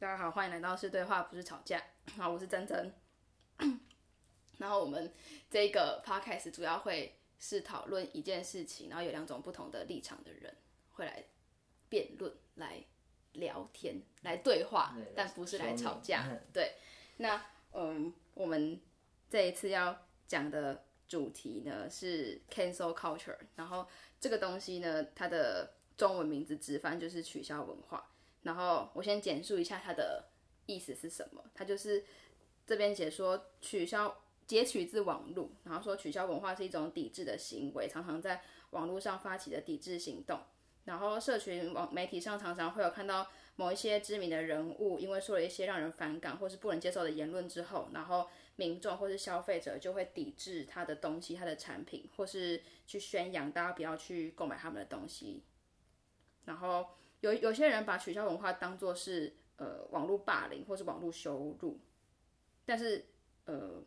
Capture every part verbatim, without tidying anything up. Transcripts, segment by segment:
大家好，欢迎来到是对话不是吵架。好，我是珍珍。然后我们这个 podcast 主要会是讨论一件事情，然后有两种不同的立场的人会来辩论、来聊天、来对话，但不是来吵架。对，那嗯，我们这一次要讲的主题呢是 cancel culture， 然后这个东西呢，它的中文名字直翻就是取消文化。然后我先简述一下它的意思是什么，它就是这边解说取消截取自网路，然后说取消文化是一种抵制的行为，常常在网络上发起的抵制行动。然后社群网媒体上常常会有看到某一些知名的人物因为说了一些让人反感或是不能接受的言论之后，然后民众或是消费者就会抵制他的东西、他的产品，或是去宣扬大家不要去购买他们的东西。然后有有些人把取消文化当作是呃网络霸凌或是网络羞辱，但是呃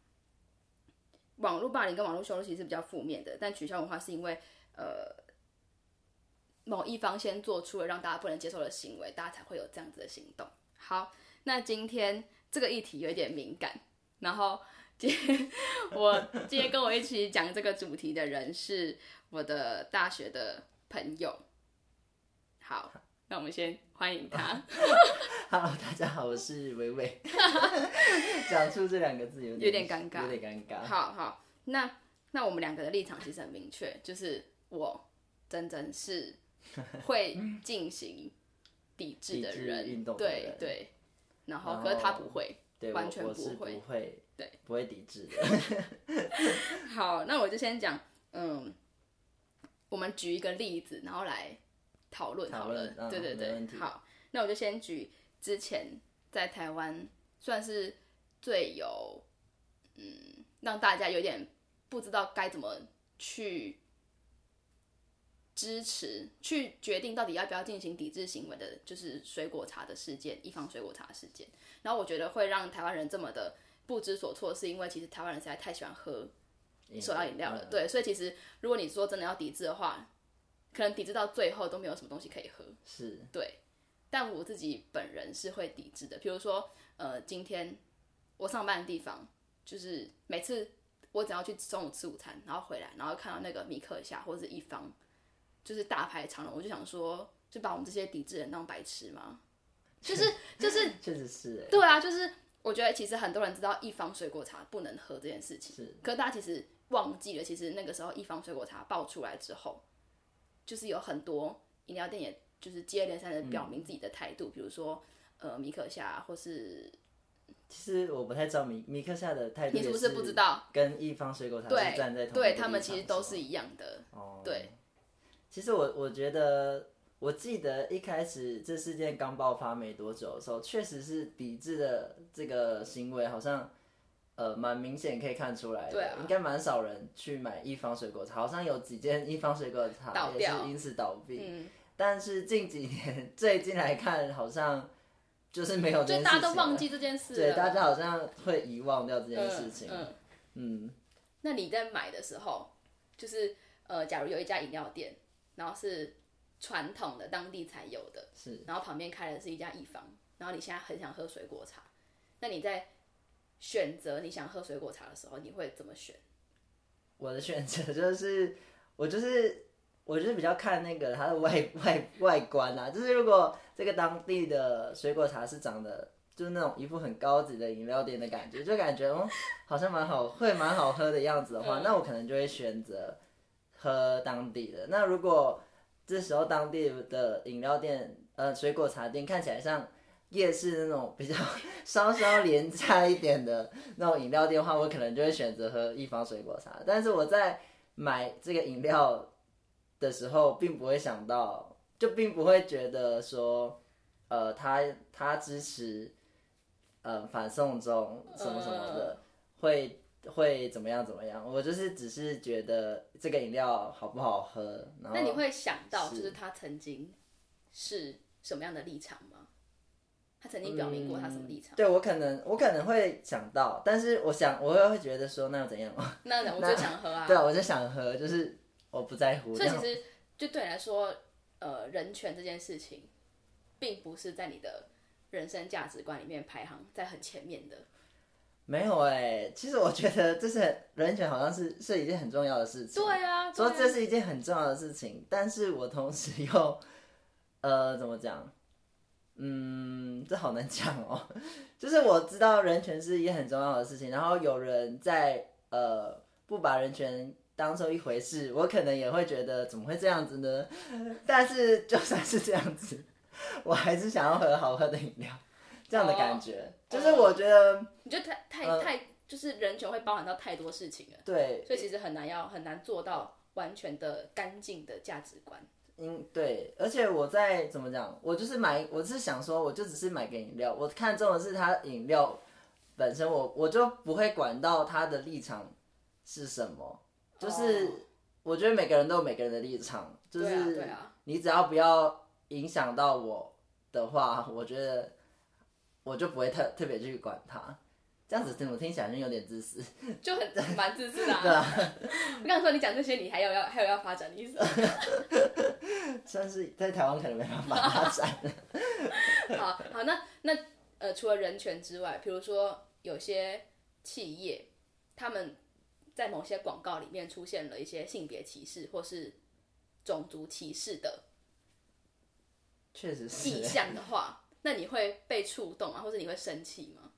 网络霸凌跟网络羞辱其实是比较负面的，但取消文化是因为呃某一方先做出了让大家不能接受的行为，大家才会有这样子的行动。好，那今天这个议题有一点敏感，然后今天我今天跟我一起讲这个主题的人是我的大学的朋友。好，那我们先欢迎他。 Hello， 大家好，我是伟伟。讲出这两个字有点有点尴尬， 有点尴尬。 好好，那那我们两个的立场其实很明确，就是我真正是会进行抵制的人， 抵制运动的人对对。然后，可是他不会， 对， 完全不会， 不会， 对， 不会抵制的。 好，那我就先讲，嗯，我们举一个例子，然后来讨论好了。 嗯、 对对对，好，那我就先举之前在台湾算是最有，嗯，让大家有点不知道该怎么去支持、去决定到底要不要进行抵制行为的，就是水果茶的事件，一方水果茶事件。然后我觉得会让台湾人这么的不知所措，是因为其实台湾人实在太喜欢喝手摇饮料了，对，所以其实如果你说真的要抵制的话，可能抵制到最后都没有什么东西可以喝， 是， 对。但我自己本人是会抵制的，比如说，呃，今天我上班的地方，就是每次我只要去中午吃午餐，然后回来，然后看到那个米克夏或者是一方，就是大排长龙，我就想说，就把我们这些抵制人当白痴吗？就是就是， 确实是， 对啊，就是我觉得其实很多人知道一方水果茶不能喝这件事情， 是， 可是大家其实忘记了，其实那个时候一方水果茶爆出来之后，就是有很多饮料店也就是接连三的表明自己的态度，嗯、比如说呃米可夏或是。 其实我不太知道米米克夏的态度， 你是不是不知道？ 跟一方水果茶是站在同一个立场， 对，他们其实都是一样的。 哦， 对。 其实我我觉得，我记得一开始这事件刚爆发没多久的时候，确实是抵制的这个行为，好像呃蛮明显可以看出来的。 对啊。 应该蛮少人去买一方水果茶，好像有几间一方水果茶也是因此倒闭。嗯。但是近几年最近来看，好像。就是没有这件事情， 就大家都忘记这件事了。 对，大家好像会遗忘掉这件事情。 嗯嗯, 嗯。 那你在买的时候，就是呃，假如有一家饮料店，然后是传统的当地才有的， 是， 然后旁边开的是一家一方，然后你现在很想喝水果茶，那你在选择你想喝水果茶的时候，你会怎么选？我的选择就是，我就是。我就是比较看那个它的外外外观啊，就是如果这个当地的水果茶是长得就是那种一副很高级的饮料店的感觉，就感觉哦好像蛮好，会蛮好喝的样子的话，嗯、那我可能就会选择喝当地的。那如果这时候当地的饮料店呃水果茶店看起来像夜市那种比较稍稍廉价一点的那种饮料店的话，我可能就会选择喝一方水果茶。但是我在买这个饮料的时候，并不会想到，就并不会觉得说，呃，他他支持，呃，反送中什么什么的，呃、会会怎么样怎么样？我就是只是觉得这个饮料好不好喝。然后那你会想到，就是他曾经是什么样的立场吗？他曾经表明过他什么立场？ 嗯、对我可能我可能会想到，但是我想我会会觉得说，那又怎样？ 那我就想喝啊。 对啊，我就想喝，就是。我不在乎， 所以其实就对你来说，呃，人权这件事情，并不是在你的人生价值观里面排行在很前面的？ 没有哎、欸，其实我觉得这是人权好像是是一件很重要的事情。 对啊， 说这是一件很重要的事情，但是我同时又呃怎么讲？嗯，这好难讲哦。就是我知道人权是一件很重要的事情，然后有人在呃不把人权当做一回事，我可能也会觉得怎么会这样子呢？但是就算是这样子，我还是想要喝好喝的饮料。这样的感觉，哦、就是我觉得， 你觉得太太、呃、太，就是人权会包含到太多事情了， 对， 所以其实很难要很难做到完全的干净的价值观。 嗯，对，而且我在怎么讲，我就是买，我是想说，我就只是买个饮料，我看中的是它饮料本身我，我我就不会管到他的立场是什么，就是我觉得每个人都有每个人的立场，就是你只要不要影响到我的话，我觉得。我就不会特特别去管他，这样子怎么听起来有点自私， 就很蛮自私的、啊。 对啊， 我刚说你讲这些，你还有要还有要发展的意思。 算是在台湾可能没办法发展。 好好，那那呃，除了人权之外，比如说有些企业，他们在某些广告里面出现了一些性别歧视或是种族歧视的， 确实是意象的话。那你会被触动啊，或者你会生气吗？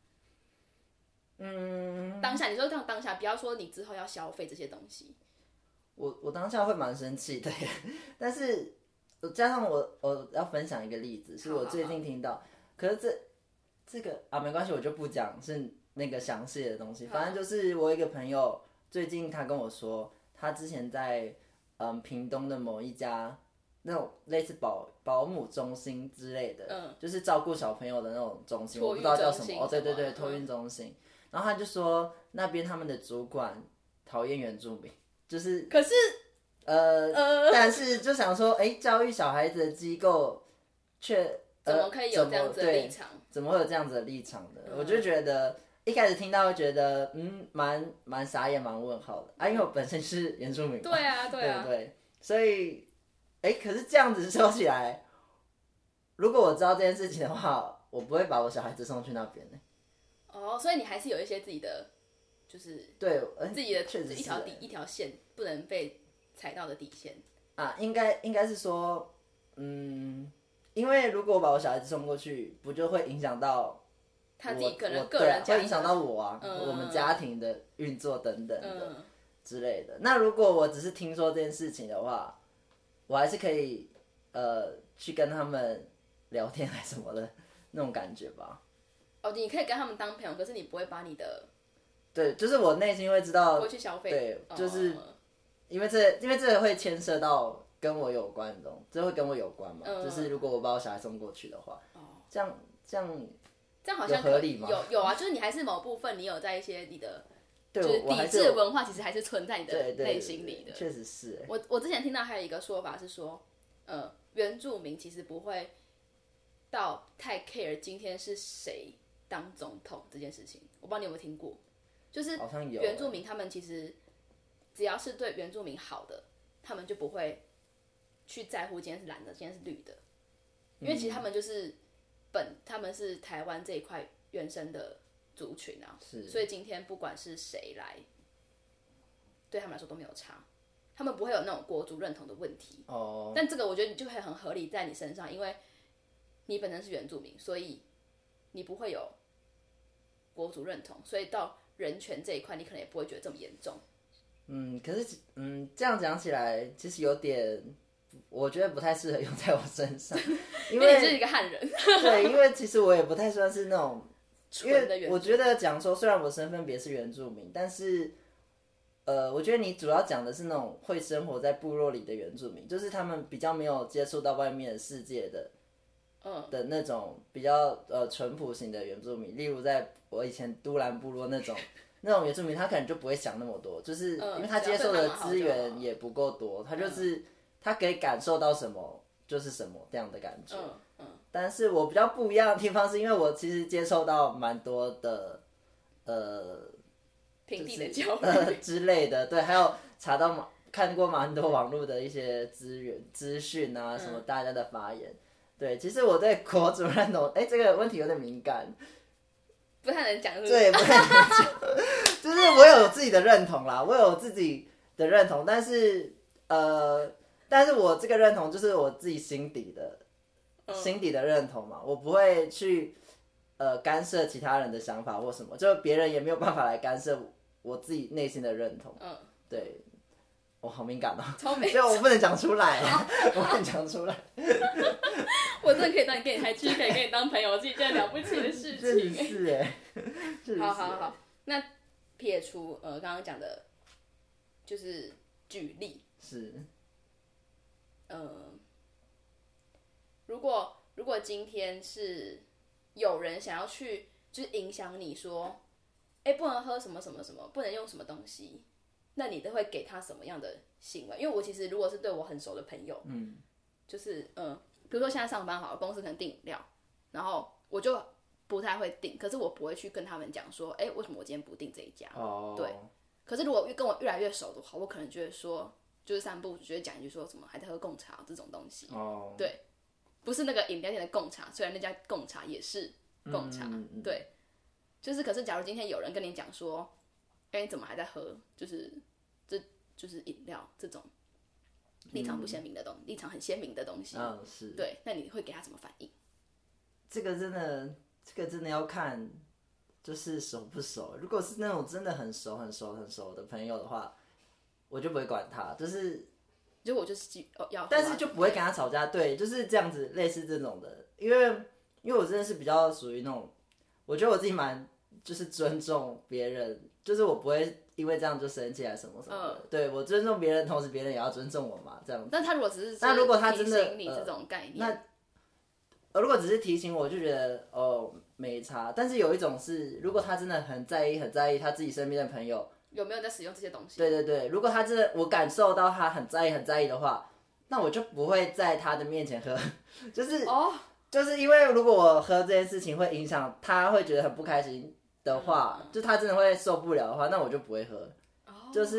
嗯，当下你说当当下，不要说你之后要消费这些东西。 我我当下会蛮生气的，但是加上我我要分享一个例子，是我最近听到，好好好可是这这个啊没关系，我就不讲是那个详细的东西，反正就是我一个朋友最近他跟我说，他之前在嗯屏东的某一家。那种类似保保姆中心之类的，嗯，就是照顾小朋友的那种中心，我不知道叫什么。哦，对对对，托育中心。嗯、然后他就说那边他们的主管讨厌原住民，就是。 可是， 呃，呃但是就想说，哎、欸，教育小孩子的机构却、 呃、怎么可以有这样子的立场？ 怎么会有这样子的立场的？嗯、我就觉得一开始听到会觉得，嗯，蛮蛮傻眼，蛮问号的啊，因为我本身是原住民嘛。 对啊，对啊， 对对，所以。哎，可是这样子说起来，如果我知道这件事情的话，我不会把我小孩子送去那边呢。 哦，所以你还是有一些自己的，就是对自己的确实一条底一条线不能被踩到的底线啊。应该应该是说，嗯，因为如果我把我小孩子送过去，不就会影响到他自己个人个人， 会影响到我啊，嗯、我们家庭的运作等等的、嗯、之类的。那如果我只是听说这件事情的话，我还是可以，呃，去跟他们聊天还是什么的那种感觉吧。 哦，你可以跟他们当朋友，可是你不会把你的， 对，就是我内心会知道， 不会去消费。 对，就是、哦、因为这，因为这会牵涉到跟我有关的，这会跟我有关嘛。嗯、就是如果我把我小孩送过去的话，哦、这样这样这样好像合理吗？ 有有啊，就是你还是某部分你有在一些你的。就是抵制文化其实还是存在你的内心里的， 确实是、欸。 我我之前听到还有一个说法是说，呃，原住民其实不会到太 care 今天是谁当总统这件事情，我不知道你有没有听过，就是原住民他们其实只要是对原住民好的，他们就不会去在乎今天是蓝的，今天是绿的，因为其实他们就是本他们是台湾这一块原生的。族群啊，所以今天不管是谁来，对他们来说都没有差，他们不会有那种国族认同的问题。哦，但这个我觉得你就会很合理在你身上，因为你本身是原住民，所以你不会有国族认同，所以到人权这一块，你可能也不会觉得这么严重。 嗯，可是嗯，这样讲起来，其实有点，我觉得不太适合用在我身上， 因为你是一个汉人。 对，因为其实我也不太算是那种。因为我觉得讲说，虽然我身份别是原住民，但是，呃，我觉得你主要讲的是那种会生活在部落里的原住民，就是他们比较没有接触到外面的世界的，嗯，的那种比较呃淳朴型的原住民。例如在我以前都兰部落那种那种原住民，他可能就不会想那么多，就是因为他接受的资源也不够多，他就是他可以感受到什么就是什么这样的感觉。嗯但是我比较不一样的地方是因为我其实接受到蛮多的，呃， 平地的教育、 呃、之类的，对，还有查到看过蛮多网络的一些资源资讯啊，什么大家的发言，嗯、 对，其实我对国族认同，哎、欸，这个问题有点敏感， 不太能讲， 对，不太能讲，就是我有自己的认同啦，我有自己的认同，但是呃，但是我这个认同就是我自己心底的、嗯、心底的认同嘛，我不会去呃干涉其他人的想法或什么，就别人也没有办法来干涉我自己内心的认同，嗯，对。我、哦、好敏感哦， 超敏感， 所以我不能讲出来，我不能讲出来。 我真的可以当你跟你还继续可以跟你当朋友，是一件了不起的事情。 真是哎， 好好好，那撇除呃刚刚讲的，就是举例是， 呃，如果如果今天是有人想要去就是影响你说，哎、欸，不能喝什么什么什么，不能用什么东西。那你都会给他什么样的行为？因为我其实如果是对我很熟的朋友，嗯，就是嗯，比如说现在上班好了，公司可能订饮料，然后我就不太会订，可是我不会去跟他们讲说，哎、欸，为什么我今天不订这一家？哦，对。可是如果跟我越来越熟的话，我可能就会说，就是散步就会讲一句说什么还在喝贡茶这种东西，哦，对，不是那个饮料店的贡茶，虽然那家贡茶也是贡茶，嗯嗯、对，就是可是假如今天有人跟你讲说，哎、欸，你怎么还在喝？就是这就是饮料这种立场不鲜明的东西，嗯、立场很鲜明的东西， 嗯，是， 对，那你会给他什么反应？ 这个真的，这个真的要看，就是熟不熟。如果是那种真的很熟、很熟、很熟的朋友的话，我就不会管他，就是， 就我就是要， 但是就不会跟他吵架，对，就是这样子，类似这种的，因为因为我真的是比较属于那种，我觉得我自己蛮就是尊重别人。就是我不会因为这样就生气啊什么什么的，嗯、对我尊重别人，同时别人也要尊重我嘛，这样子。 但他如果只是那如果他真的提醒你这种概念， 呃、那、呃、如果只是提醒我，就觉得哦没差。但是有一种是，如果他真的很在意、很在意他自己身边的朋友有没有在使用这些东西， 对对对，如果他真的我感受到他很在意、很在意的话，那我就不会在他的面前喝，就是哦，就是因为如果我喝这件事情会影响他，会觉得很不开心。的话，就他真的会受不了的话，那我就不会喝。Oh. 就是，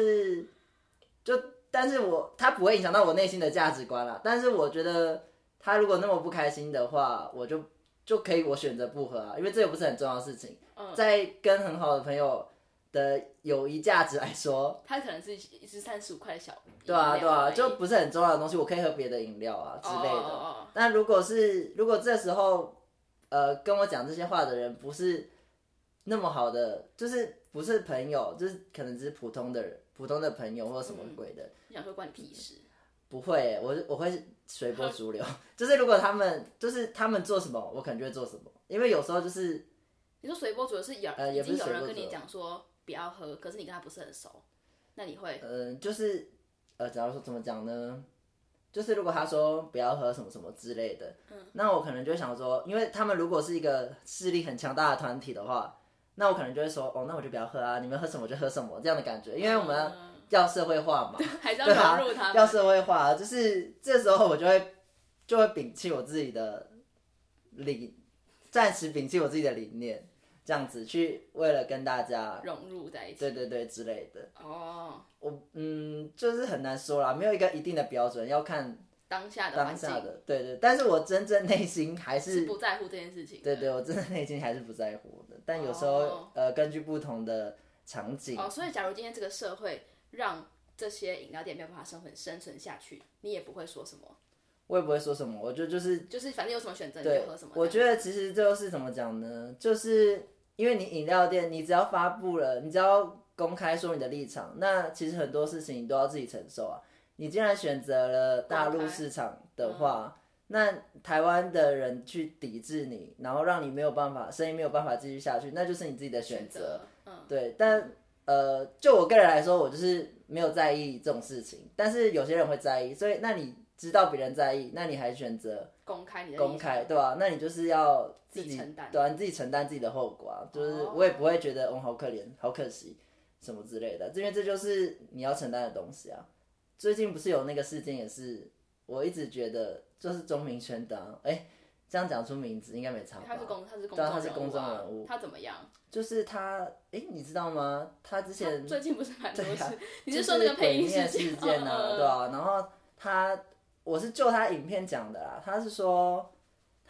就，但是我他不会影响到我内心的价值观啦。但是我觉得他如果那么不开心的话，我就就可以我选择不喝啊，因为这也不是很重要的事情。嗯、在跟很好的朋友的友谊价值来说， 他可能是一支三十五块的小饮料， 对啊对啊，就不是很重要的东西，我可以喝别的饮料啊之类的。Oh, oh, oh. 但如果是如果这时候呃跟我讲这些话的人不是那么好的，就是不是朋友，就是可能只是普通的人、普通的朋友或者什么鬼的。 你、嗯、想说关你屁事？ 不会耶，我我会随波逐流。就是如果他们就是他们做什么，我可能就会做什么。因为有时候就是你说随波逐流是有、 呃、 已经有人跟你讲说不要喝，可是你跟他不是很熟，那你会？ 嗯、呃，就是呃，假如说怎么讲呢？就是如果他说不要喝什么什么之类的，嗯、那我可能就会想说，因为他们如果是一个势力很强大的团体的话。那我可能就会说，哦，那我就不要喝啊，你们喝什么就喝什么这样的感觉，因为我们要社会化嘛， 还是要融入他们、 啊，要社会化，就是这时候我就会就会摒弃我自己的理，暂时摒弃我自己的理念，这样子去为了跟大家融入在一起， 对对对之类的。哦，我嗯，就是很难说啦，没有一个一定的标准，要看。 当下的当下的对对，但是我真正内心还是是不在乎这件事情。 对对，我真的内心还是不在乎的。但有时候、哦、呃，根据不同的场景哦，所以假如今天这个社会让这些饮料店没有办法生存生存下去，你也不会说什么。 我也不会说什么，我觉得就是就是反正有什么选择你就喝什么。 我觉得其实这就是怎么讲呢？就是因为你饮料店，你只要发布了，你只要公开说你的立场，那其实很多事情你都要自己承受啊。你既然选择了大陆市场的话，嗯、那台湾的人去抵制你，然后让你没有办法，生意没有办法继续下去，那就是你自己的选择。嗯，对。但呃，就我个人来说，我就是没有在意这种事情，但是有些人会在意，所以那你知道别人在意，那你还选择公开你的公开，对吧、啊？那你就是要自己， 自己承担， 对啊，你自己承担自己的后果啊。就是我也不会觉得，哦、嗯，好可怜，好可惜，什么之类的，因为这就是你要承担的东西啊。最近不是有那个事件，也是我一直觉得就是钟明轩的、啊，哎、欸，这样讲出名字应该没差吧？ 他是公，他是公众人物、啊， 他是公众人物， 他怎么样？ 就是他，哎、欸，你知道吗？他之前他最近不是蛮多事， 啊、 你是说那个配音事件啊？对啊，然后他，我是就他影片讲的啦，他是说，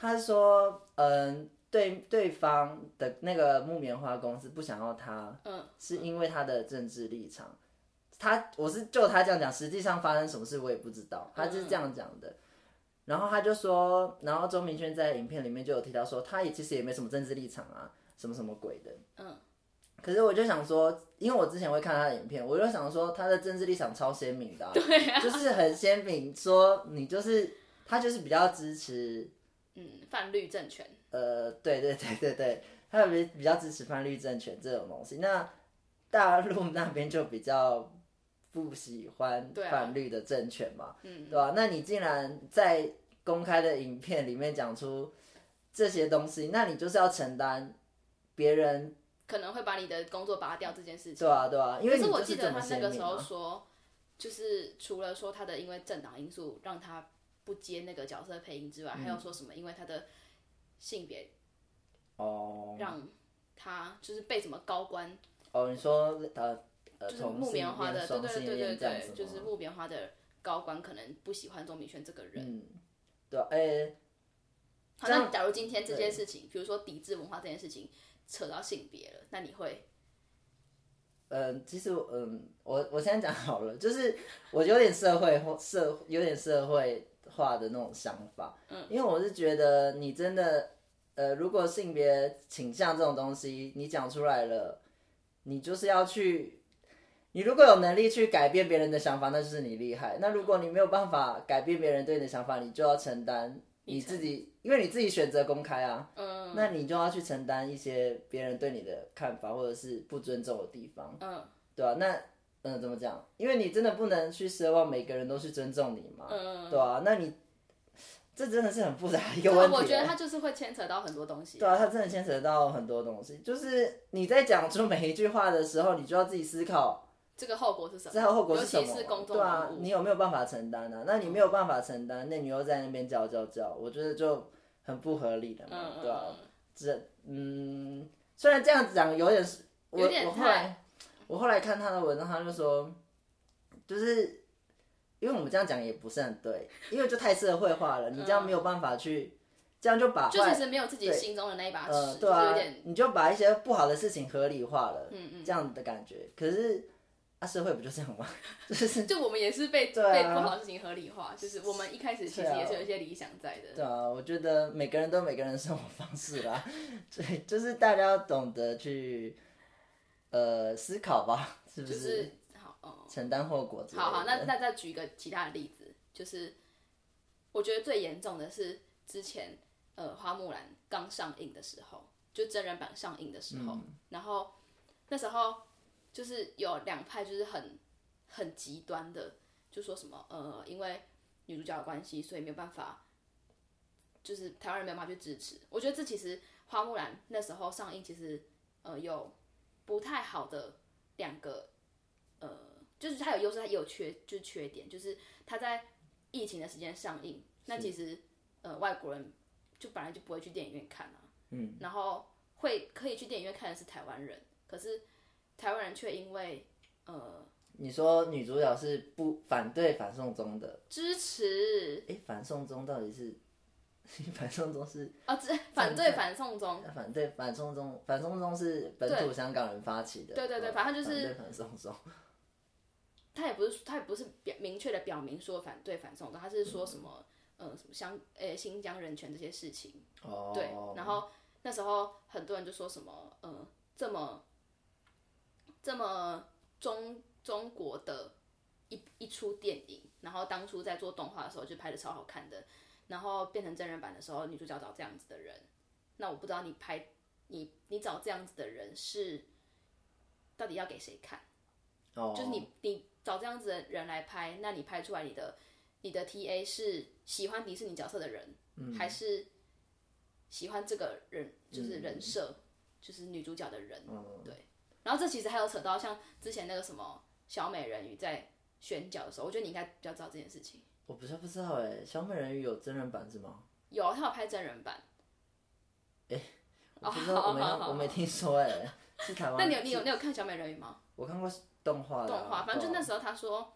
他说，嗯，对对方的那个木棉花公司不想要他， 嗯， 是因为他的政治立场。他我是就他这样讲，实际上发生什么事我也不知道，他就是这样讲的。然后他就说，然后周明轩在影片里面就有提到说，他也其实也没什么政治立场啊，什么什么鬼的。 嗯。 可是我就想说，因为我之前会看他的影片，我就想说他的政治立场超鲜明的、啊， 对啊， 就是很鲜明，说你就是他就是比较支持， 嗯，泛绿政权。 呃，对对对对对，他比比较支持泛绿政权这种东西。那大陆那边就比较不喜欢泛绿的政权嘛，对、啊嗯、对吧、啊？那你竟然在公开的影片里面讲出这些东西，那你就是要承担别人可能会把你的工作拔掉这件事情。 对啊，对啊，因为你就是可是我记得他那个时候啊说，就是除了说他的因为政党因素让他不接那个角色配音之外，嗯、还有说什么因为他的性别哦，让他就是被什么高官哦，你说呃就是木棉花的，对对对对对， 就就是木棉花的高官可能不喜欢钟明轩这个人。 嗯，对啊，哎、欸， 好，那假如今天这件事情，比如说抵制文化这件事情扯到性别了，那你会？ 嗯，其实嗯，我我现在讲好了，就是我有点社会社有点社会化的那种想法，嗯，因为我是觉得你真的呃，如果性别倾向这种东西你讲出来了。你就是要去，你如果有能力去改变别人的想法，那就是你厉害。那如果你没有办法改变别人对你的想法，你就要承担你自己，因为你自己选择公开啊，嗯，那你就要去承担一些别人对你的看法或者是不尊重的地方，嗯，对吧、啊？那嗯，怎么讲？因为你真的不能去奢望每个人都去尊重你嘛，嗯，对啊，那你。这真的是很复杂的一个问题。 我觉得它就是会牵扯到很多东西。 对啊，它真的牵扯到很多东西。就是你在讲出每一句话的时候，你就要自己思考这个后果是什么。 这个后果是什么？ 尤其是公众对啊，你有没有办法承担啊？那你没有办法承担，那你又在那边叫叫叫，我觉得就很不合理的嘛，嗯、对吧、啊？这嗯，虽然这样讲有点，我有点我后来我后来看他的文章，他就说，就是。因为我们这样讲也不是很对，因为就太社会化了，你这样没有办法去，嗯、这样就把就其实没有自己心中的那一把尺， 呃，对啊， 有点你就把一些不好的事情合理化了，嗯嗯，这样的感觉。可是啊，社会不就这样吗？就是就我们也是被、啊、被不好的事情合理化，就是我们一开始其实也是有一些理想在的。 对啊，我觉得每个人都有每个人的生活方式啦，对，就是大家要懂得去呃思考吧，是不是？ 就是承担后果之类的。 好好，那那再举一个其他的例子，就是我觉得最严重的是之前呃花木兰刚上映的时候，就真人版上映的时候，嗯、然后那时候就是有两派就是很很极端的，就说什么呃因为女主角的关系，所以没有办法，就是台湾人没有办法去支持。我觉得这其实花木兰那时候上映，其实呃有不太好的两个呃。就是它有优势，它也有缺，就是缺点，就是它在疫情的时间上映，那其实呃外国人就本来就不会去电影院看啊，嗯，然后会可以去电影院看的是台湾人，可是台湾人却因为呃， 你说女主角是不反对反送中的， 支持， 哎，反送中到底是反送中是哦，反对反送中， 反对反送中，反送中是本土香港人发起的， 对对对，反正就是反对反送中。 他也不是，他也不是表明确的表明说反对反送中，他是说什么，嗯、呃，什么香，呃，新疆人权这些事情。哦。对，然后那时候很多人就说什么，呃，这么这么中中国的一一出电影，然后当初在做动画的时候就拍的超好看的，然后变成真人版的时候，女主角找这样子的人，那我不知道你拍你你找这样子的人是到底要给谁看？哦。就是你你。找这样子的人来拍，那你拍出来你的你的 T A 是喜欢迪士尼角色的人，嗯、还是喜欢这个人就是人设、嗯，就是女主角的人、嗯？对。然后这其实还有扯到像之前那个什么小美人鱼在选角的时候，我觉得你应该比较知道这件事情。 我不是不知道哎、欸，小美人鱼有真人版是吗？ 有，他有拍真人版。 哎、欸，我不知道，我没我没听说哎、欸，是台湾。 那你有你有你有看小美人鱼吗？ 我看过。动画、啊， 动画，反正就那时候他说，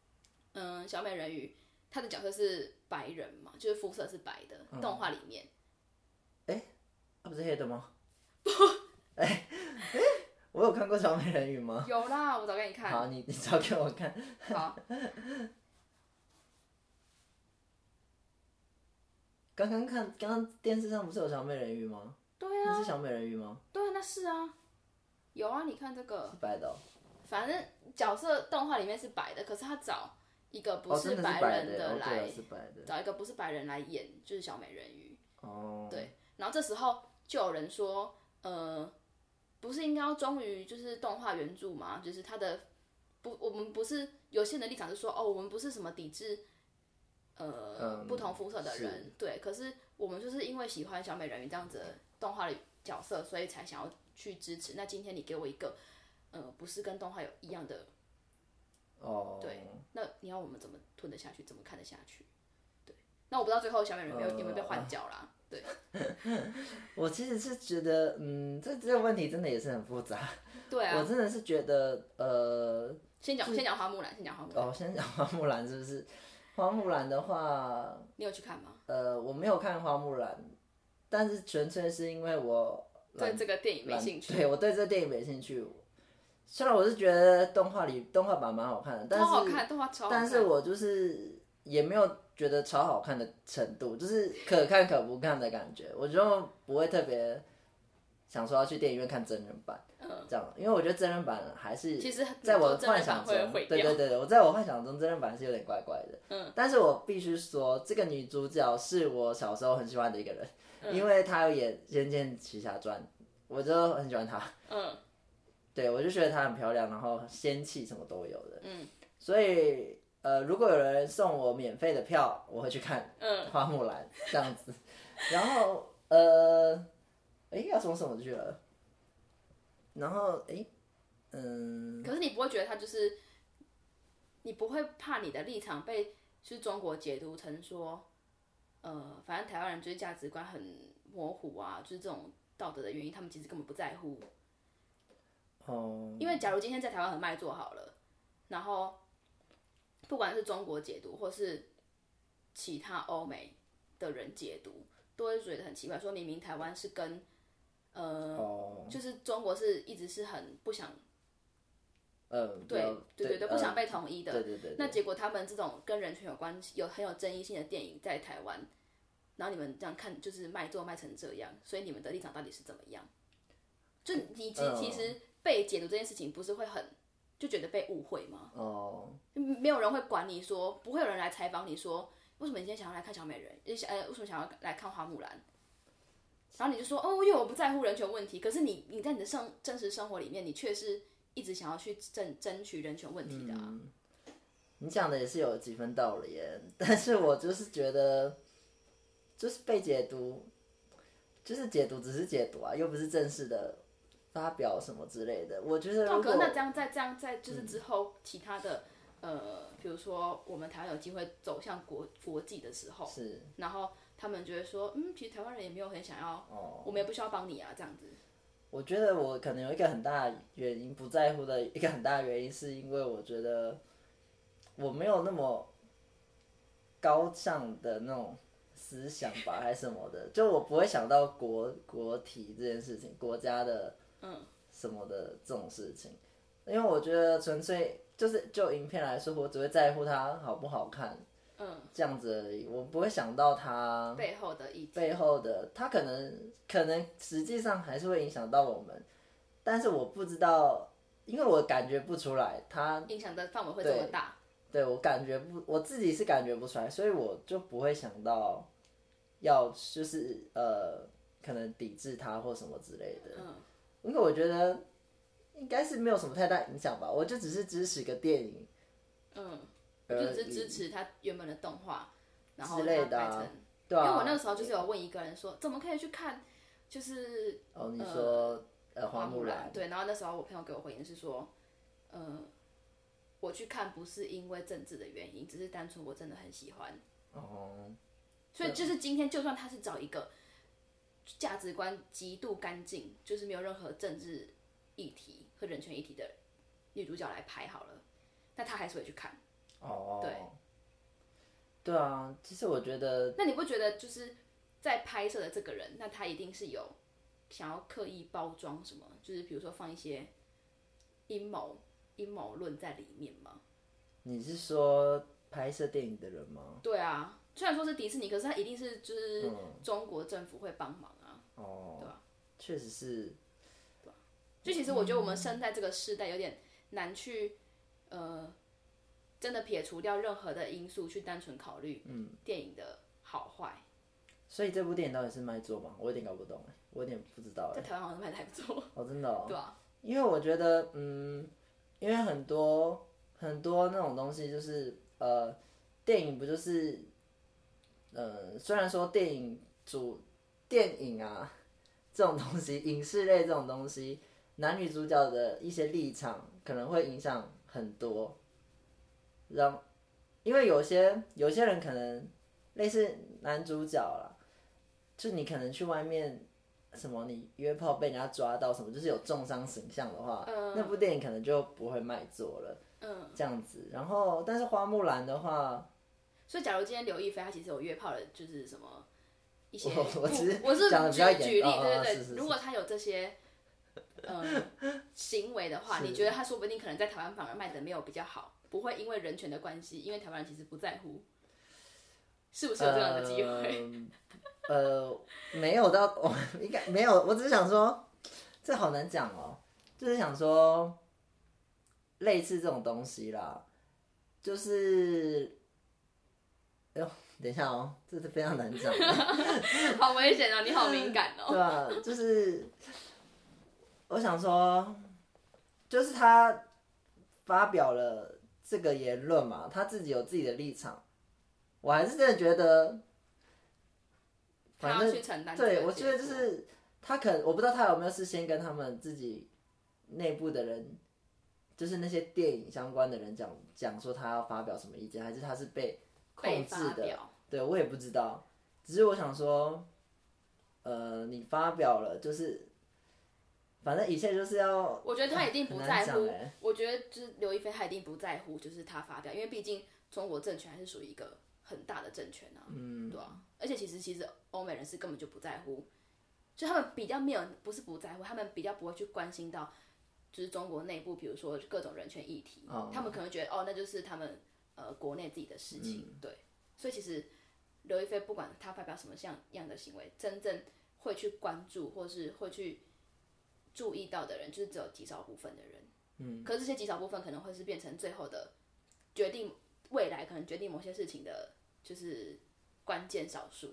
嗯，小美人鱼她的角色是白人嘛，就是肤色是白的，嗯、动画里面， 他不是黑的吗？哎哎、欸，我有看过小美人鱼吗？ 有啦，我找给你看。 好，你你找给我看。 好。 刚刚看，刚刚电视上不是有小美人鱼吗？ 对啊。 那是小美人鱼吗？ 对啊，那是啊。有啊，你看这个。 是白的、哦。 反正角色动画里面是白的，可是他找一个不是白人的来， 哦、的找一个不是白人来演，就是小美人鱼。 哦。 对，然后这时候就有人说，呃，不是应该要忠于就是动画原著吗？就是他的不，我们不是有些人的立场是说，哦，我们不是什么抵制。呃、嗯，不同肤色的人，对，可是我们就是因为喜欢小美人鱼这样子的动画的角色，所以才想要去支持。那今天你给我一个，呃，不是跟动画有一样的， 哦， 对，那你要我们怎么吞得下去，怎么看得下去？对，那我不知道最后小美人鱼有没有没有被换角啦？对， 我其实是觉得，嗯，这这个问题真的也是很复杂。 对啊， 我真的是觉得，呃， 先讲先讲花木兰，先讲花木兰。 哦，先讲花木兰是不是？花木兰的话， 你有去看吗？ 呃，我没有看花木兰，但是纯粹是因为我对这个电影没兴趣。 对，我对这个电影没兴趣。虽然我是觉得动画里动画版蛮好看的，但是超好看，动画超好看。 但是我就是也没有觉得超好看的程度，就是可看可不看的感觉，我就不会特别想说要去电影院看真人版。 嗯， 这样，因为我觉得真人版还是其实在我的幻想中，对对对对，我在我幻想中真人版是有点怪怪的。嗯，但是我必须说，这个女主角是我小时候很喜欢的一个人，嗯、因为她有演《仙剑奇侠传》，我就很喜欢她。嗯，对，我就觉得她很漂亮，然后仙气什么都有的。嗯，所以呃，如果有人送我免费的票，我会去看《花木兰》这样子。然后呃，哎，要送什么去了？然后，哎，嗯， 可是你不会觉得他就是，你不会怕你的立场被就是中国解读成说，呃，反正台湾人就是价值观很模糊啊，就是这种道德的原因，他们其实根本不在乎。哦。因为假如今天在台湾很卖座好了，然后不管是中国解读或是其他欧美的人解读，都会觉得很奇怪，说明明台湾是跟呃， oh. 就是中国是一直是很不想， 嗯， 对对对对，不想被统一的。 对对 对, 对。 那结果他们这种跟人权有关系、有很有争议性的电影在台湾，然后你们这样看就是卖座卖成这样，所以你们的立场到底是怎么样？就你其其实被解读这件事情，不是会很就觉得被误会吗？哦。Oh. 没有人会管你说，不会有人来采访你说，为什么你今天想要来看小美人？呃，为什么想要来看花木兰？然后你就说哦，因为我不在乎人权问题，可是你你在你的生真实生活里面，你却是一直想要去争争取人权问题的啊。嗯、 你讲的也是有几分道理耶，但是我就是觉得，就是被解读，就是解读只是解读啊，又不是正式的发表什么之类的。我觉得如果那这样在这样在就是之后其他的、嗯、呃，比如说我们台湾有机会走向国国际的时候， 是， 然后。他们觉得说，嗯，其实台湾人也没有很想要，哦、我们也不需要帮你啊，这样子。 我觉得我可能有一个很大的原因不在乎的一个很大的原因，是因为我觉得我没有那么高尚的那种思想吧，还是什么的，就我不会想到国国体这件事情，国家的嗯什么的这种事情，因为我觉得纯粹就是就影片来说，我只会在乎它好不好看。嗯，这样子而已，我不会想到他背后的意背后的，他可能可能实际上还是会影响到我们，但是我不知道，因为我感觉不出来，他影响的范围会这么大。 对，对我感觉不，我自己是感觉不出来，所以我就不会想到要就是呃，可能抵制他或什么之类的。嗯，因为我觉得应该是没有什么太大影响吧，我就只是支持个电影。嗯。 我就只支持他原本的动画，然后他拍成。 对啊。 因为我那个时候就是有问一个人说，怎么可以去看，就是哦，你说呃花木兰。 对，然后那时候我朋友给我回应是说，呃，我去看不是因为政治的原因，只是单纯我真的很喜欢。哦。所以就是今天，就算他是找一个价值观极度干净，就是没有任何政治议题和人权议题的女主角来拍好了，那他还是会去看。 哦，对，对啊，其实我觉得， 那你不觉得就是在拍摄的这个人，那他一定是有想要刻意包装什么，就是比如说放一些阴谋阴谋论在里面吗？ 你是说拍摄电影的人吗？ 对啊，虽然说是迪士尼，可是它一定是就是中国政府会帮忙啊。 哦， 对吧？ 确实是。 对啊，就其实我觉得我们生在这个世代有点难去呃，真的撇除掉任何的因素，去单纯考虑电影的好坏。 所以这部电影到底是卖座吗？我有点搞不懂哎，我有点不知道哎。 在台湾好像卖的还不错。 哦，真的哦。 对啊。 因为我觉得，嗯，因为很多很多那种东西，就是呃，电影不就是，呃，虽然说电影主电影啊这种东西，影视类这种东西，男女主角的一些立场可能会影响很多，让因为有些有些人可能类似男主角啦，就你可能去外面。什么？你约炮被人家抓到什么？就是有重伤形象的话，嗯、那部电影可能就不会卖座了。嗯，这样子。然后，但是花木兰的话， 所以假如今天刘亦菲她其实有约炮的，就是什么一些， 我我只是我是讲的比较严举例， 哦、 对对对。 是是是如果她有这些嗯行为的话，你觉得她说不定可能在台湾反而卖的没有比较好，不会因为人权的关系，因为台湾人其实不在乎，是不是有这样的机会？ 呃呃，没有到，我应该没有，我只是想说，这好难讲哦，就是想说，类似这种东西啦，就是，哎呦，等一下哦，这是非常难讲， 好危险哦，你好敏感哦。 对啊，就是，我想说，就是他发表了这个言论嘛，他自己有自己的立场，我还是真的觉得。反正他要去承担这个对，我觉得就是他可能我不知道他有没有事先跟他们自己内部的人，就是那些电影相关的人讲讲说他要发表什么意见，还是他是被控制的？对我也不知道，只是我想说，呃，你发表了，就是反正一切就是要， 我觉得他一定不在乎。欸、我觉得就是刘亦菲，他一定不在乎，就是他发表，因为毕竟中国政权还是属于一个很大的政权啊，嗯，对啊。而且其实其实欧美人士根本就不在乎，就他们比较没有，不是不在乎，他们比较不会去关心到，就是中国内部，比如说各种人权议题，哦、他们可能觉得哦，那就是他们呃国内自己的事情，嗯、对。所以其实刘亦菲不管她发表什么像样的行为，真正会去关注或是会去注意到的人，就是只有极少部分的人。嗯。可是这些极少部分可能会是变成最后的决定，未来可能决定某些事情的，就是关键少数。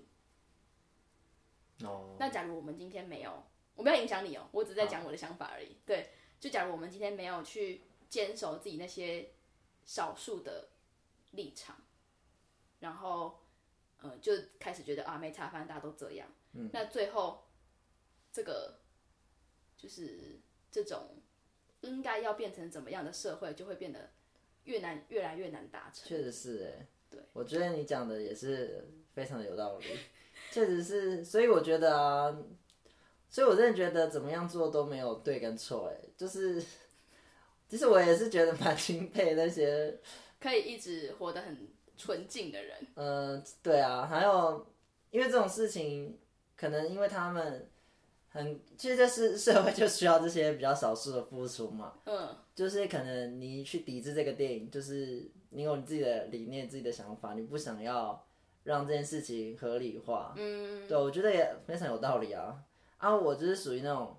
哦。那假如我们今天没有，我没有影响你哦，我只是在讲我的想法而已。对，就假如我们今天没有去坚守自己那些少数的立场，然后，呃，就开始觉得啊没差，反正大家都这样。嗯。那最后，这个就是这种应该要变成怎么样的社会，就会变得越难，越来越难达成。 确实是哎。 对。 我觉得你讲的也是非常的有道理。确实是，所以我觉得啊，所以我真的觉得怎么样做都没有对跟错，哎，就是，其实我也是觉得蛮钦佩那些可以一直活得很纯净的人。 嗯、呃，对啊，还有，因为这种事情，可能因为他们很，其实就是社会就需要这些比较少数的付出嘛。嗯。就是可能你去抵制这个电影，就是你有你自己的理念、自己的想法，你不想要让这件事情合理化，嗯，对，我觉得也非常有道理啊。啊，我就是属于那种，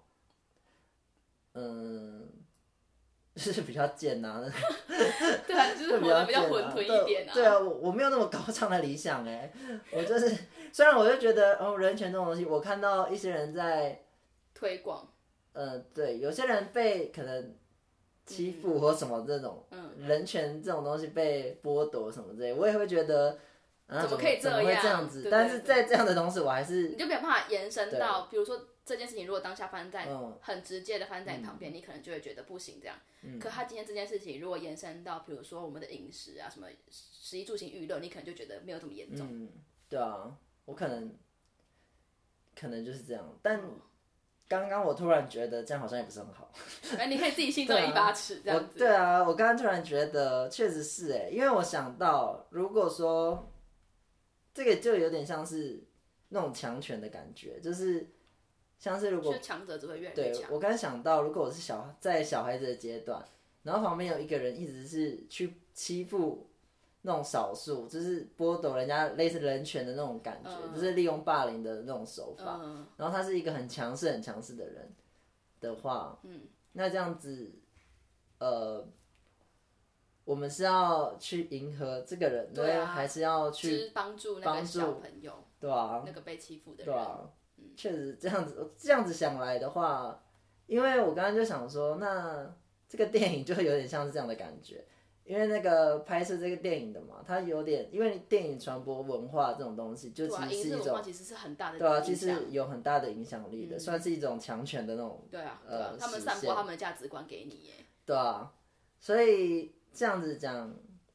嗯，就是比较贱呐、啊， 对啊，就是活得比较混沌一点啊。 对啊，我我没有那么高尚的理想哎、欸，我就是虽然我就觉得哦，人权这种东西，我看到一些人在推广， 呃，对，有些人被可能欺负或什么这种，嗯，人权这种东西被剥夺什么之类，我也会觉得。啊、 怎么可以这样？ 这样子？对对对，但是在这样的同时，我还是你就没有办法延伸到，比如说这件事情，如果当下发生在、嗯、很直接的发生在你旁边、嗯，你可能就会觉得不行这样。嗯、可他今天这件事情，如果延伸到，比如说我们的饮食啊，什么食衣住行娱乐，你可能就觉得没有这么严重。 嗯，对啊，我可能可能就是这样，但刚刚我突然觉得这样好像也不是很好。 哎，你可以自己心中有一把尺这样子。 对啊，我刚刚突然觉得确实是哎，因为我想到如果说。这个就有点像是那种强权的感觉，就是像是如果就强者只会越来越对强。 我刚想到，如果我是小在小孩子的阶段，然后旁边有一个人一直是去欺负那种少数，就是剥夺人家类似人权的那种感觉， 嗯、 就是利用霸凌的那种手法。 嗯、 然后他是一个很强势、很强势的人的话，嗯，那这样子，呃，我们是要去迎合这个人， 对啊， 还是要去帮助那个小朋友， 对啊， 那个被欺负的人， 对啊，确、嗯、实这样子，这样子想来的话，因为我刚刚就想说，那这个电影就有点像是这样的感觉。因为那个拍摄这个电影的嘛，它有点，因为电影传播文化这种东西，就其实是一种， 对啊，文化其实是很大的， 对啊，其实有很大的影响力的， 嗯、 算是一种强权的那种， 对啊，对呃， 啊，他们散播他们的价值观给你耶， 对啊，所以这样子讲，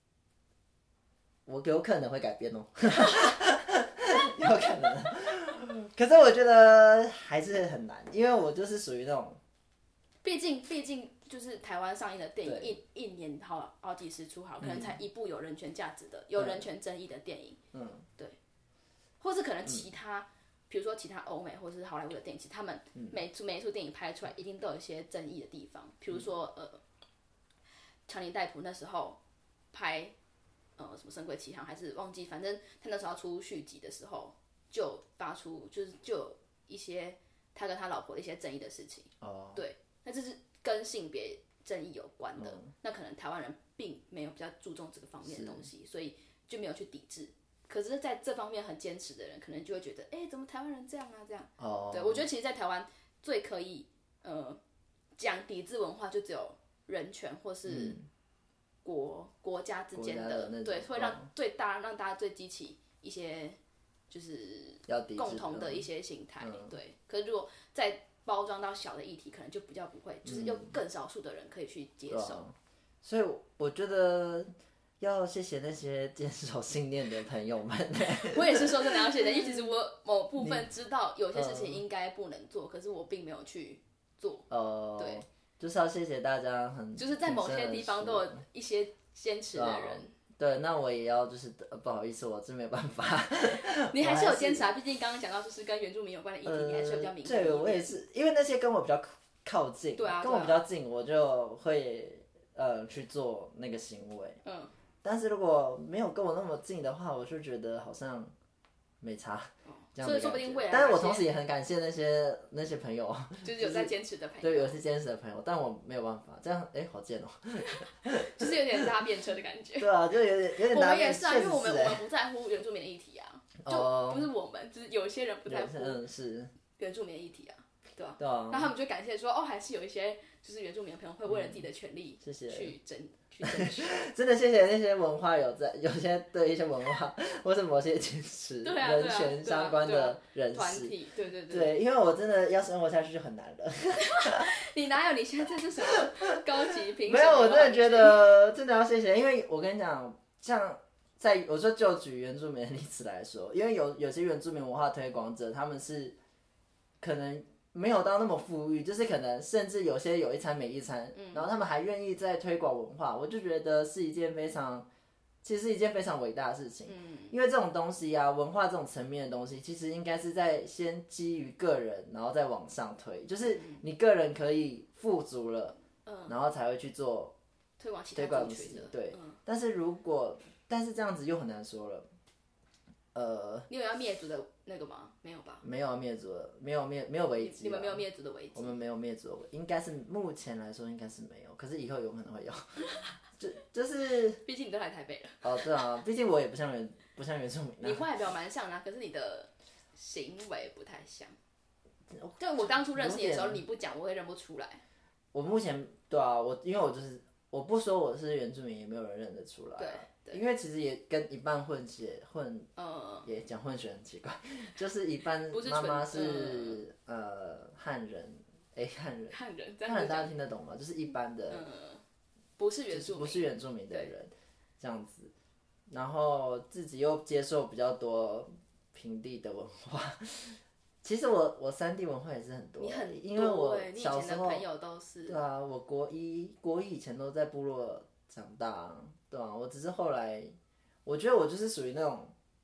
我有可能会改变哦，有可能，可是我觉得还是很难，因为我就是属于那种， 毕竟，毕竟。就是台湾上映的电影，一一年好好几十出好，可能才一部有人权价值的、嗯、有人权争议的电影。嗯，对。或是可能其他，比、嗯、如说其他欧美或是好莱坞的电影，其实他们每出、嗯、每一出电影拍出来，一定都有一些争议的地方。比如说，呃，强尼戴普那时候拍呃什么《神鬼奇航》，还是忘记，反正他那时候要出续集的时候，就发出就是就有一些他跟他老婆的一些争议的事情。哦，对，那这是。跟性别争议有关的、嗯，那可能台湾人并没有比较注重这个方面的东西，所以就没有去抵制。可是在这方面很坚持的人，可能就会觉得，哎、欸，怎么台湾人这样啊？这样。哦。对，我觉得其实，在台湾最可以呃讲抵制文化，就只有人权或是国、嗯、国家之间的，的对，会让最大让大家最激起一些就是共同的一些心态、嗯。对。可是如果在包装到小的议题，可能就比较不会，就是有更少数的人可以去接受。嗯啊、 所以我觉得要谢谢那些坚守信念的朋友们。 我也是说真的要谢谢，因为其实我某部分知道有些事情应该不能做，呃、可是我并没有去做。哦、呃，对， 就是要谢谢大家很， 就是在某些地方都有一些坚持的人。呃对，那我也要就是、呃、不好意思，我真没有办法。 你还是有坚持啊，毕竟刚刚讲到就是跟原住民有关的议题，呃、你还是比较敏感。 对，我也是，因为那些跟我比较靠近， 对啊， 跟我比较近，我就会呃去做那个行为。嗯。但是如果没有跟我那么近的话，我就觉得好像没差。这样的感觉，所以说不定未来。但是我同时也很感谢那些那些朋友， 就是有在坚持的朋友。 对，有些坚持的朋友，但我没有办法，这样哎、欸，好贱哦、 喔，就是有点搭便车的感觉。 对啊，就有点有点搭便车。 我们也是啊，因为我们我们不在乎原住民的议题啊，就不是我们，就是有些人不在乎原住民的议题啊，对吧？对啊。那他们就感谢说，哦，还是有一些就是原住民的朋友会为了自己的权利去争。嗯， 真的谢谢那些文化有在，有些对一些文化或是某些坚持人权相关的人士， 团体，对对对， 对，因为我真的要生活下去就很难了。 你哪有？你现在这是什么高级评？ 没有，我真的觉得真的要谢谢，因为我跟你讲，像在我说就举原住民的例子来说，因为有有些原住民文化推广者，他们是可能。没有到那么富裕，就是可能甚至有些有一餐没一餐，嗯、然后他们还愿意在推广文化，我就觉得是一件非常，其实是一件非常伟大的事情。嗯、因为这种东西啊，文化这种层面的东西，其实应该是在先基于个人，然后再往上推，就是你个人可以富足了，嗯、然后才会去做推广其他族群的。 对，嗯、但是如果但是这样子又很难说了。呃， 你有要灭族的那个吗？没有吧？ 没有要灭族的，没有灭，没有危机。 你们没有灭族的危机。 我们没有灭族的危机，应该是目前来说应该是没有，可是以后有可能会有。就就是， 毕竟你都来台北了。 哦，对啊，毕竟我也不像原不像原住民。 你外表蛮像的、啊，可是你的行为不太像。对，我当初认识你的时候，你不讲，我会认不出来。 我目前对啊，我因为我就是我不说我是原住民，也没有人认得出来、啊。 对。 因为其实也跟一半混血混，呃、也讲混血很奇怪，就是一半妈妈是、嗯、呃汉人，哎汉人， 汉人， 汉人大家听得懂吗？就是一般的， 嗯、不是原住民， 不是原住民的人这样子，然后自己又接受比较多平地的文化。其实我我山地文化也是很多， 你很多、欸， 因为我小时候朋友都是， 对啊，我国一国一以前都在部落长大。对啊，我只是后来，我觉得我就是属于那种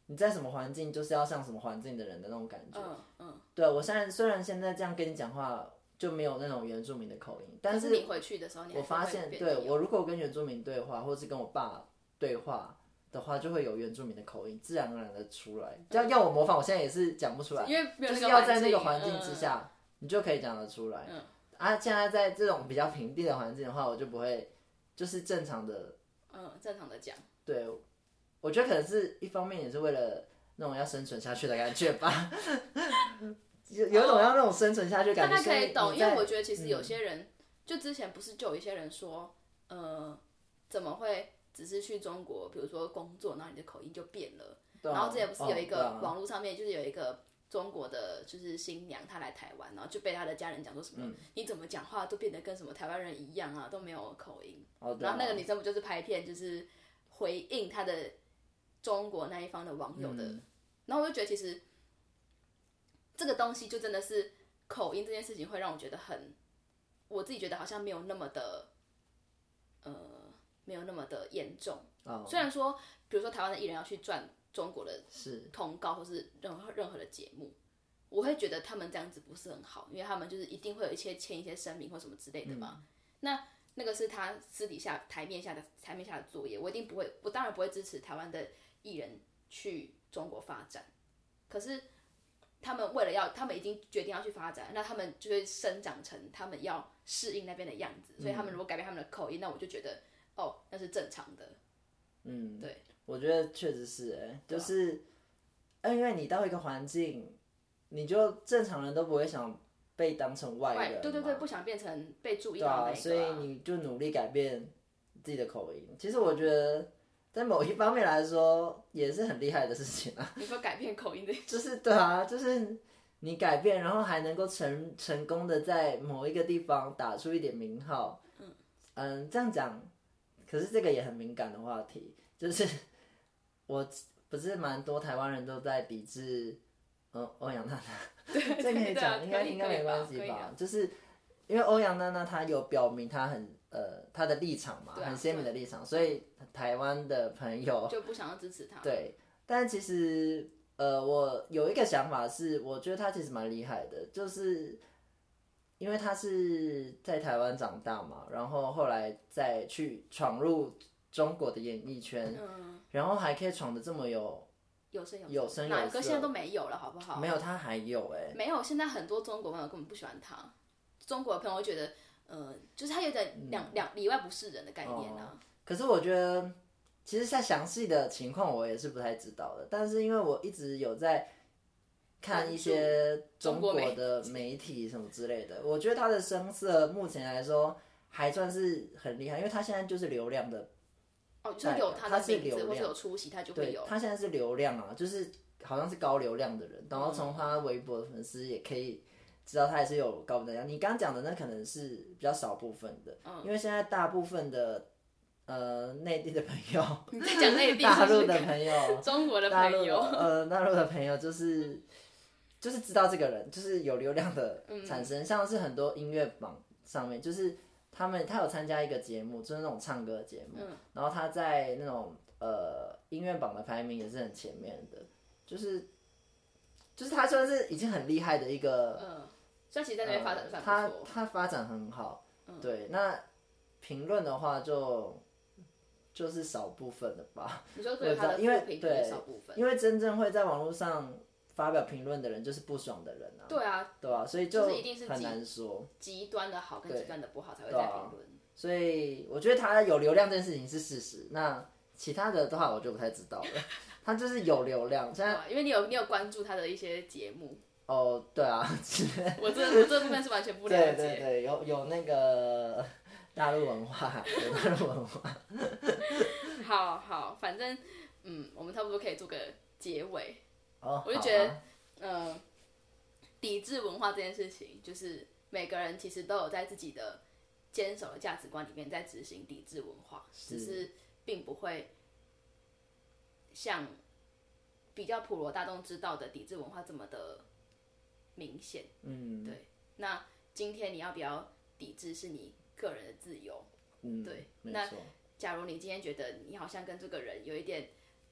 你在什么环境就是要像什么环境的人的那种感觉。 嗯嗯。 对我虽然虽然现在这样跟你讲话就没有那种原住民的口音，但是你回去的时候你还是会我发现，对我如果跟原住民对话，或是跟我爸对话的话，就会有原住民的口音，自然而然的出来。这样要我模仿，我现在也是讲不出来， 因为没有那个就是要在那个环境嗯之下，你就可以讲得出来。 嗯啊，现在在这种比较平地的环境的话，我就不会，就是正常的， 嗯，正常的讲。 对，我觉得可能是一方面也是为了那种要生存下去的感觉吧。有有一种要那种生存下去的感觉， 大概可以懂，因为我觉得其实嗯有些人，嗯、就之前不是就有一些人说，呃，怎么会只是去中国，比如说工作，然后你的口音就变了？ 啊、 然后之前不是有一哦个网络上面就是有一个中国的就是新娘，她来台湾，然后就被她的家人讲说什么，嗯、你怎么讲话都变得跟什么台湾人一样啊，都没有口音。 哦、 然后那个女生不就是拍片，就是回应她的中国那一方的网友的，嗯、然后我就觉得其实这个东西就真的是。口音这件事情会让我觉得很，我自己觉得好像没有那么的，呃，没有那么的严重。Oh. 虽然说，比如说台湾的艺人要去赚中国的通告或是任何任何的节目，我会觉得他们这样子不是很好，因为他们就是一定会有一些签一些声明或什么之类的嘛。嗯、那那个是他私底下台面下的台面下的作业，我一定不会，我当然不会支持台湾的艺人去中国发展，可是。他们为了要，他们已经决定要去发展，那他们就会生长成他们要适应那边的样子，所以他们如果改变他们的口音，那我就觉得哦，那是正常的。嗯，对， 我觉得确实是、欸，哎，就是，啊、因为你到一个环境，你就正常人都不会想被当成外人嘛， 对对对，不想变成被注意到那个、啊啊，所以你就努力改变自己的口音。其实我觉得。在某一方面来说，也是很厉害的事情啊。 你说改变口音的， 就是对啊，就是你改变，然后还能够成成功的在某一个地方打出一点名号。嗯嗯，这样讲，可是这个也很敏感的话题，就是我不是蛮多台湾人都在抵制，嗯，欧阳娜娜。 对， 这可以讲，应该应该没关系吧？就是因为欧阳娜娜她有表明她很。呃，他的立场嘛，啊、很鲜明的立场，所以台湾的朋友就不想要支持他。 对，但其实呃，我有一个想法是，我觉得他其实蛮厉害的，就是因为他是在台湾长大嘛，然后后来再去闯入中国的演艺圈，嗯、然后还可以闯得这么有有声有色， 有声有色，哪个现在都没有了，好不好？ 没有，他还有哎、欸， 没有，现在很多中国朋友根本不喜欢他，中国的朋友会觉得。呃，就是他有点两两里外不是人的概念啊、哦。 可是我觉得，其实在详细的情况我也是不太知道的。但是因为我一直有在看一些中国的媒体什么之类的，我觉得他的声色目前来说还算是很厉害，因为他现在就是流量的。 哦，就是有他的名字或者有出席，他就会有。 他现在是流量啊，就是好像是高流量的人，然后从他微博的粉丝也可以。知道他也是有高能量，你刚刚讲的那可能是比较少部分的，嗯、因为现在大部分的呃内地的朋友， 你在讲内地大陆的朋友， 中国的朋友， 呃大陆的朋友就是就是知道这个人，就是有流量的产生，嗯、像是很多音乐榜上面，就是他们他有参加一个节目，就是那种唱歌的节目，嗯、然后他在那种呃音乐榜的排名也是很前面的，就是就是他算是已经很厉害的一个。嗯所以其实在那边发展算不错、 呃、他他发展很好，嗯、对。那评论的话就就是少部分的吧。 你说对他的负评是少部分， 因为真正会在网络上发表评论的人就是不爽的人啊。 对啊， 对啊，所以就很难说。 极端的好跟极端的不好才会在评论、啊。 所以我觉得他有流量这件事情是事实，那其他的的话我就不太知道了。他就是有流量，现在、 啊、因为你有你有关注他的一些节目。 哦，对啊， 我这我这部分是完全不了解。 对对对，有有那个大陆文化，有大陆文化。 好好，反正嗯，我们差不多可以做个结尾。 哦， 我就觉得，嗯、啊呃，抵制文化这件事情，就是每个人其实都有在自己的坚守的价值观里面在执行抵制文化，只是并不会像比较普罗大众知道的抵制文化这么的。明显，嗯，对。那今天你要不要抵制是你个人的自由，嗯，对。那假如你今天觉得你好像跟这个人有一点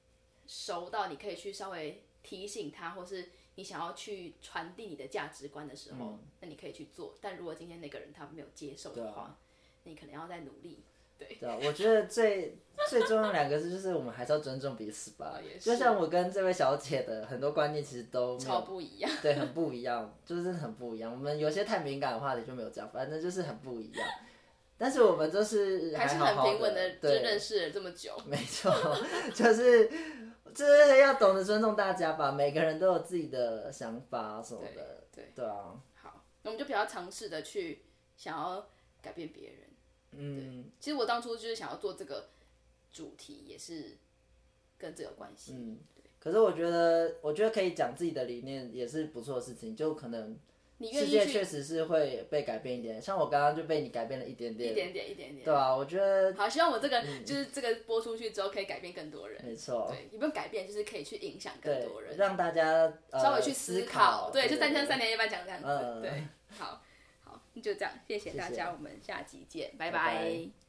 熟到你可以去稍微提醒他，或是你想要去传递你的价值观的时候，嗯、那你可以去做。但如果今天那个人他没有接受的话，啊、你可能要再努力。对， 对啊，我觉得最最重要的两个字就是我们还是要尊重彼此吧。就像我跟这位小姐的很多观念其实都超不一样， 对，很不一样，就是很不一样。我们有些太敏感的话题就没有讲，反正就是很不一样。但是我们就是还是很平稳的，就认识了这么久。 没错，就是就是要懂得尊重大家吧，每个人都有自己的想法什么的。 对对对啊。 好，那我们就比较尝试的去想要改变别人。 嗯， 其实我当初就是想要做这个主题，也是跟这有关系。 嗯，可是我觉得，我觉得可以讲自己的理念也是不错的事情，就可能世界确实是会被改变一点。像我刚刚就被你改变了一点点， 一点点，一点点。 对啊，我觉得好，希望我这个、嗯、就是这个播出去之后可以改变更多人。 没错， 对，也不用改变，就是可以去影响更多人， 让大家、呃、 稍微去思考。对， 对就三天三年一班讲这样子。 嗯、 对，好，好，就这样，谢谢大家，谢谢，我们下集见，拜拜。 拜拜。